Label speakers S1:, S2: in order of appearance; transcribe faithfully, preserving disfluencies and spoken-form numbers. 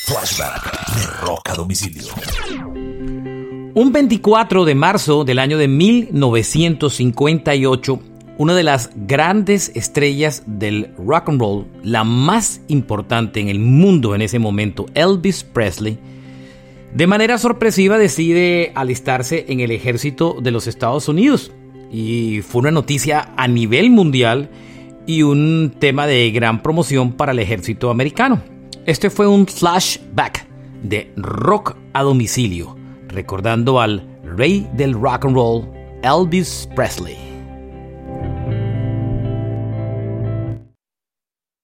S1: Flashback de Rock a Domicilio.
S2: Un veinticuatro de marzo del año de mil novecientos cincuenta y ocho, una de las grandes estrellas del rock and roll, la más importante en el mundo en ese momento, Elvis Presley, de manera sorpresiva decide alistarse en el ejército de los Estados Unidos. Y fue una noticia a nivel mundial y un tema de gran promoción para el ejército americano. Este fue un flashback de Rock a Domicilio, recordando al rey del rock and roll, Elvis Presley.